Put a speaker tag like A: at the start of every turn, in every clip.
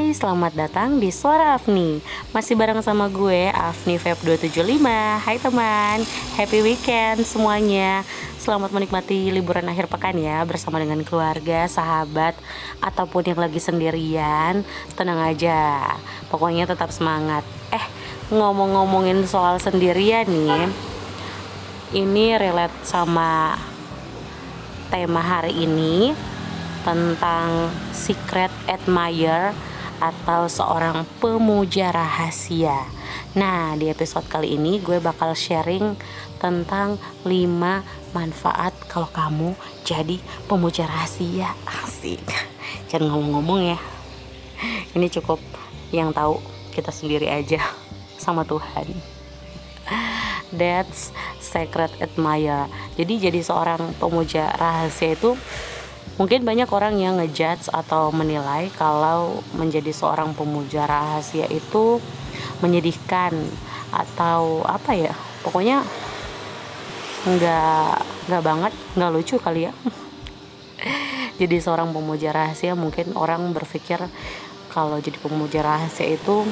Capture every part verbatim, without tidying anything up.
A: Hai, selamat datang di Suara Afni. Masih bareng sama gue, Afni Feb dua tujuh lima. Hai teman, happy weekend semuanya. Selamat menikmati liburan akhir pekan ya, bersama dengan keluarga, sahabat, ataupun yang lagi sendirian. Tenang aja, pokoknya tetap semangat. Eh, ngomong-ngomongin soal sendirian nih, ini relate sama tema hari ini tentang secret admirer atau seorang pemuja rahasia. Nah, di episode kali ini gue bakal sharing tentang lima manfaat kalau kamu jadi pemuja rahasia. Asik. Jangan ngomong-ngomong ya. Ini cukup yang tahu kita sendiri aja sama Tuhan. That's secret admirer. Jadi jadi seorang pemuja rahasia itu, mungkin banyak orang yang ngejudge atau menilai kalau menjadi seorang pemuja rahasia itu menyedihkan atau apa ya, pokoknya nggak nggak banget, nggak lucu kali ya. Jadi seorang pemuja rahasia, mungkin orang berpikir kalau jadi pemuja rahasia itu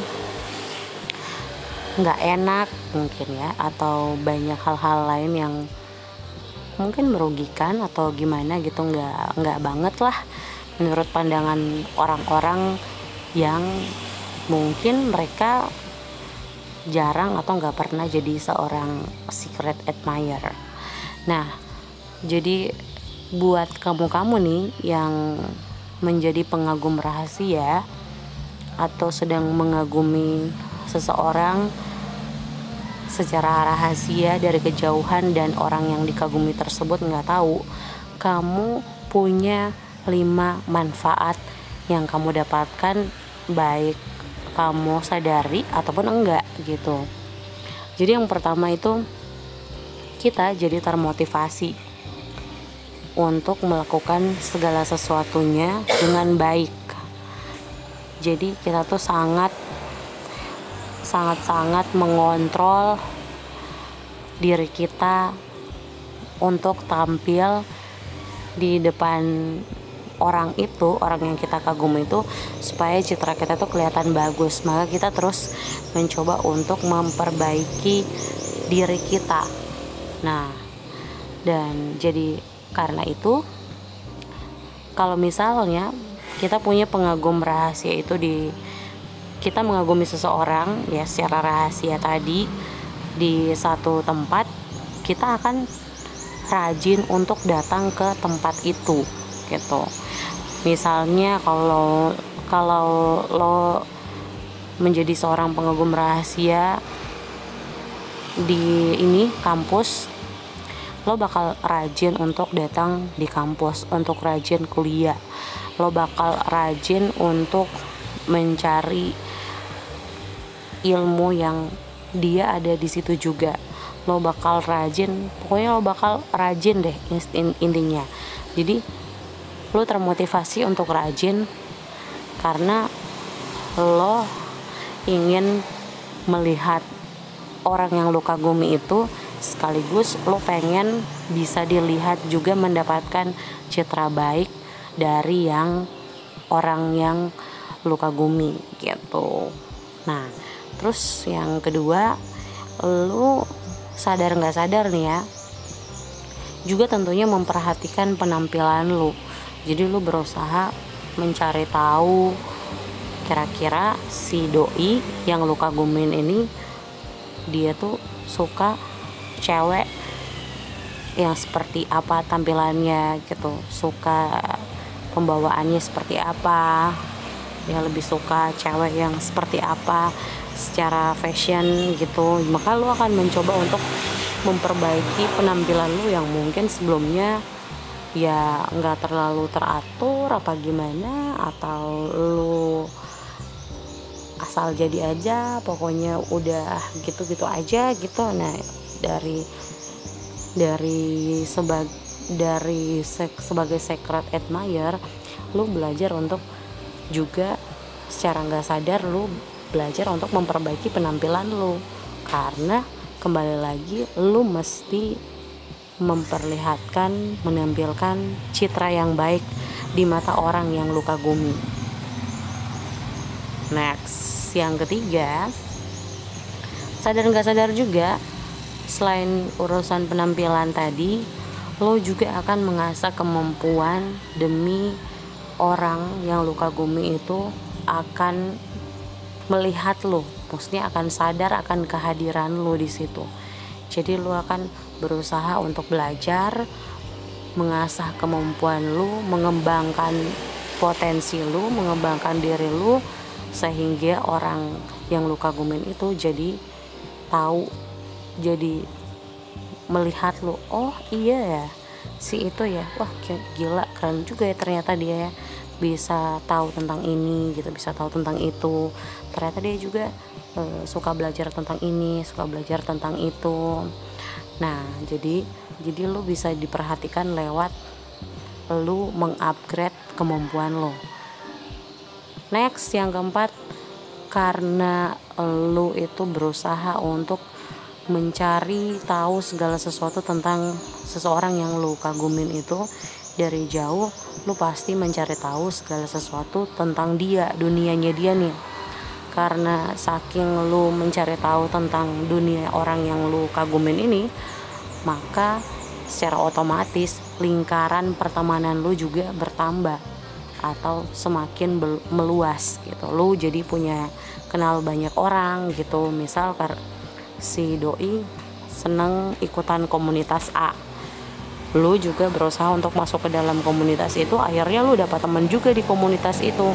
A: nggak enak mungkin ya, atau banyak hal-hal lain yang mungkin merugikan atau gimana gitu. nggak nggak banget lah menurut pandangan orang-orang yang mungkin mereka jarang atau nggak pernah jadi seorang secret admirer. Nah, jadi buat kamu-kamu nih yang menjadi pengagum rahasia atau sedang mengagumi seseorang secara rahasia dari kejauhan dan orang yang dikagumi tersebut nggak tahu, kamu punya lima manfaat yang kamu dapatkan, baik kamu sadari ataupun enggak gitu. Jadi yang pertama itu, kita jadi termotivasi untuk melakukan segala sesuatunya dengan baik. Jadi kita tuh sangat sangat-sangat mengontrol diri kita untuk tampil di depan orang itu, orang yang kita kagumi itu, supaya citra kita tuh kelihatan bagus. Maka kita terus mencoba untuk memperbaiki diri kita. Nah, dan jadi karena itu, kalau misalnya kita punya pengagum rahasia itu, di kita mengagumi seseorang ya secara rahasia tadi di satu tempat, kita akan rajin untuk datang ke tempat itu gitu. Misalnya kalau kalau lo menjadi seorang pengagum rahasia di ini kampus, lo bakal rajin untuk datang di kampus, untuk rajin kuliah, lo bakal rajin untuk mencari ilmu yang dia ada di situ juga. Lo bakal rajin, pokoknya lo bakal rajin deh intinya. Jadi lo termotivasi untuk rajin karena lo ingin melihat orang yang lo kagumi itu, sekaligus lo pengen bisa dilihat juga mendapatkan citra baik dari yang orang yang lo kagumi gitu. Nah, terus yang kedua, lu sadar nggak sadar nih ya, juga tentunya memperhatikan penampilan lu. Jadi lu berusaha mencari tahu kira-kira si doi yang lu kagumin ini, dia tuh suka cewek yang seperti apa tampilannya gitu, suka pembawaannya seperti apa, dia lebih suka cewek yang seperti apa secara fashion gitu. Maka lu akan mencoba untuk memperbaiki penampilan lu yang mungkin sebelumnya ya nggak terlalu teratur apa gimana, atau lu asal jadi aja, pokoknya udah gitu-gitu aja gitu. Nah, dari dari sebag dari se- sebagai secret admirer, lu belajar untuk juga secara nggak sadar lu belajar untuk memperbaiki penampilan lu, karena kembali lagi lu mesti memperlihatkan, menampilkan citra yang baik di mata orang yang lu kagumi. Next, yang ketiga, sadar nggak sadar juga, selain urusan penampilan tadi, lo juga akan mengasah kemampuan demi orang yang lo kagumi itu akan melihat lo, maksudnya akan sadar akan kehadiran lo di situ. Jadi lo akan berusaha untuk belajar, mengasah kemampuan lo, mengembangkan potensi lo, mengembangkan diri lo, sehingga orang yang lo kagumin itu jadi tahu, jadi melihat lo, oh iya ya si itu ya, wah gila keren juga ya ternyata dia ya, bisa tahu tentang ini gitu, bisa tahu tentang itu, ternyata dia juga e, suka belajar tentang ini, suka belajar tentang itu. Nah jadi jadi lo bisa diperhatikan lewat lo mengupgrade kemampuan lo. Next, yang keempat, karena lo itu berusaha untuk mencari tahu segala sesuatu tentang seseorang yang lo kagumin itu dari jauh, lo pasti mencari tahu segala sesuatu tentang dia, dunianya dia nih. Karena saking lo mencari tahu tentang dunia orang yang lo kagumin ini, maka secara otomatis lingkaran pertemanan lo juga bertambah atau semakin meluas gitu. Lo jadi punya kenal banyak orang gitu. Misal si doi seneng ikutan komunitas A, lu juga berusaha untuk masuk ke dalam komunitas itu, akhirnya lu dapat teman juga di komunitas itu.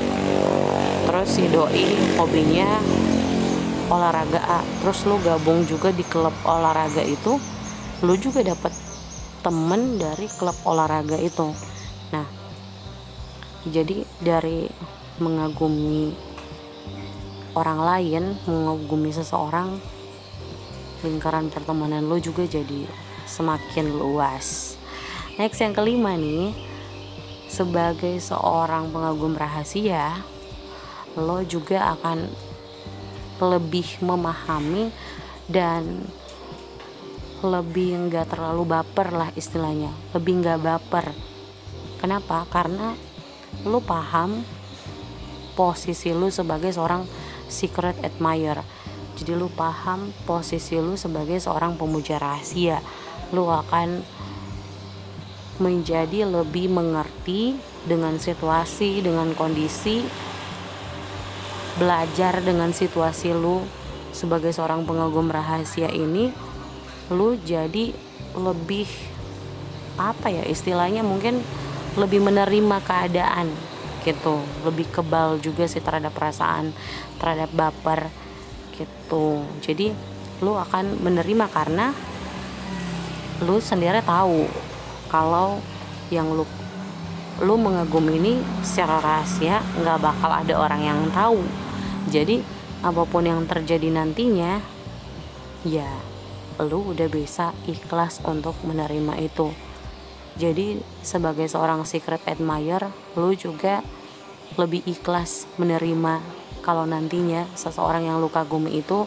A: Terus si doi hobinya olahraga A, terus lu gabung juga di klub olahraga itu, lu juga dapat temen dari klub olahraga itu. Nah jadi dari mengagumi orang lain, mengagumi seseorang, lingkaran pertemanan lo juga jadi semakin luas. Next, yang kelima nih, sebagai seorang pengagum rahasia, lo juga akan lebih memahami dan lebih nggak terlalu baper lah istilahnya, lebih nggak baper. Kenapa? Karena lo paham posisi lo sebagai seorang secret admirer. Jadi lu paham posisi lu sebagai seorang pemuja rahasia. Lu akan menjadi lebih mengerti dengan situasi, dengan kondisi, belajar dengan situasi lu sebagai seorang pengagum rahasia ini. Lu jadi lebih apa ya istilahnya, mungkin lebih menerima keadaan gitu, lebih kebal juga sih terhadap perasaan, terhadap baper gitu. Jadi lu akan menerima karena lu sendiri tahu kalau yang lu lu mengagumi ini secara rahasia nggak bakal ada orang yang tahu. Jadi apapun yang terjadi nantinya, ya lu udah bisa ikhlas untuk menerima itu. Jadi sebagai seorang secret admirer, lu juga lebih ikhlas menerima kalau nantinya seseorang yang lu kagumi itu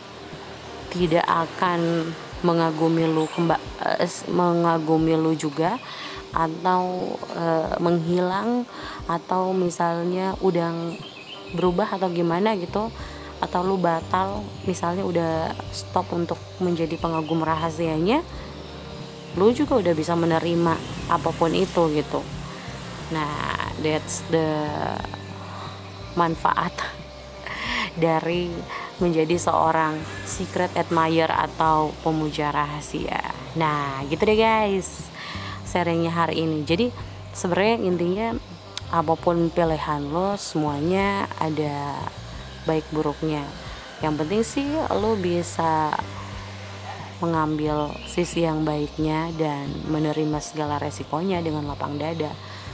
A: tidak akan mengagumi lu kemba, eh, mengagumi lu juga, atau eh, menghilang, atau misalnya udah berubah atau gimana gitu, atau lu batal misalnya udah stop untuk menjadi pengagum rahasianya, lu juga udah bisa menerima apapun itu gitu. Nah, that's the manfaat dari menjadi seorang secret admirer atau pemuja rahasia. Nah, gitu deh guys, sharingnya hari ini. Jadi sebenarnya intinya apapun pilihan lo, semuanya ada baik buruknya. Yang penting sih lo bisa mengambil sisi yang baiknya dan menerima segala resikonya dengan lapang dada.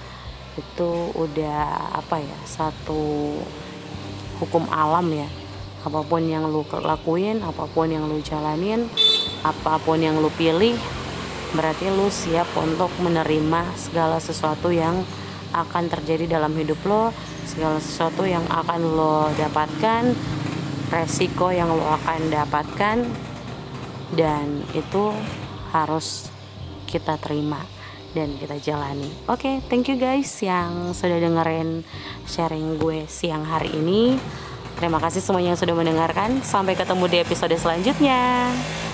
A: Itu udah apa ya, satu hukum alam ya. Apapun yang lu lakuin, apapun yang lu jalanin, apapun yang lu pilih, berarti lu siap untuk menerima segala sesuatu yang akan terjadi dalam hidup lo, segala sesuatu yang akan lo dapatkan, resiko yang lo akan dapatkan, dan itu harus kita terima. dan kita jalani. Oke, okay, thank you guys yang sudah dengerin sharing gue siang hari ini. Terima kasih semuanya yang sudah mendengarkan. Sampai ketemu di episode selanjutnya.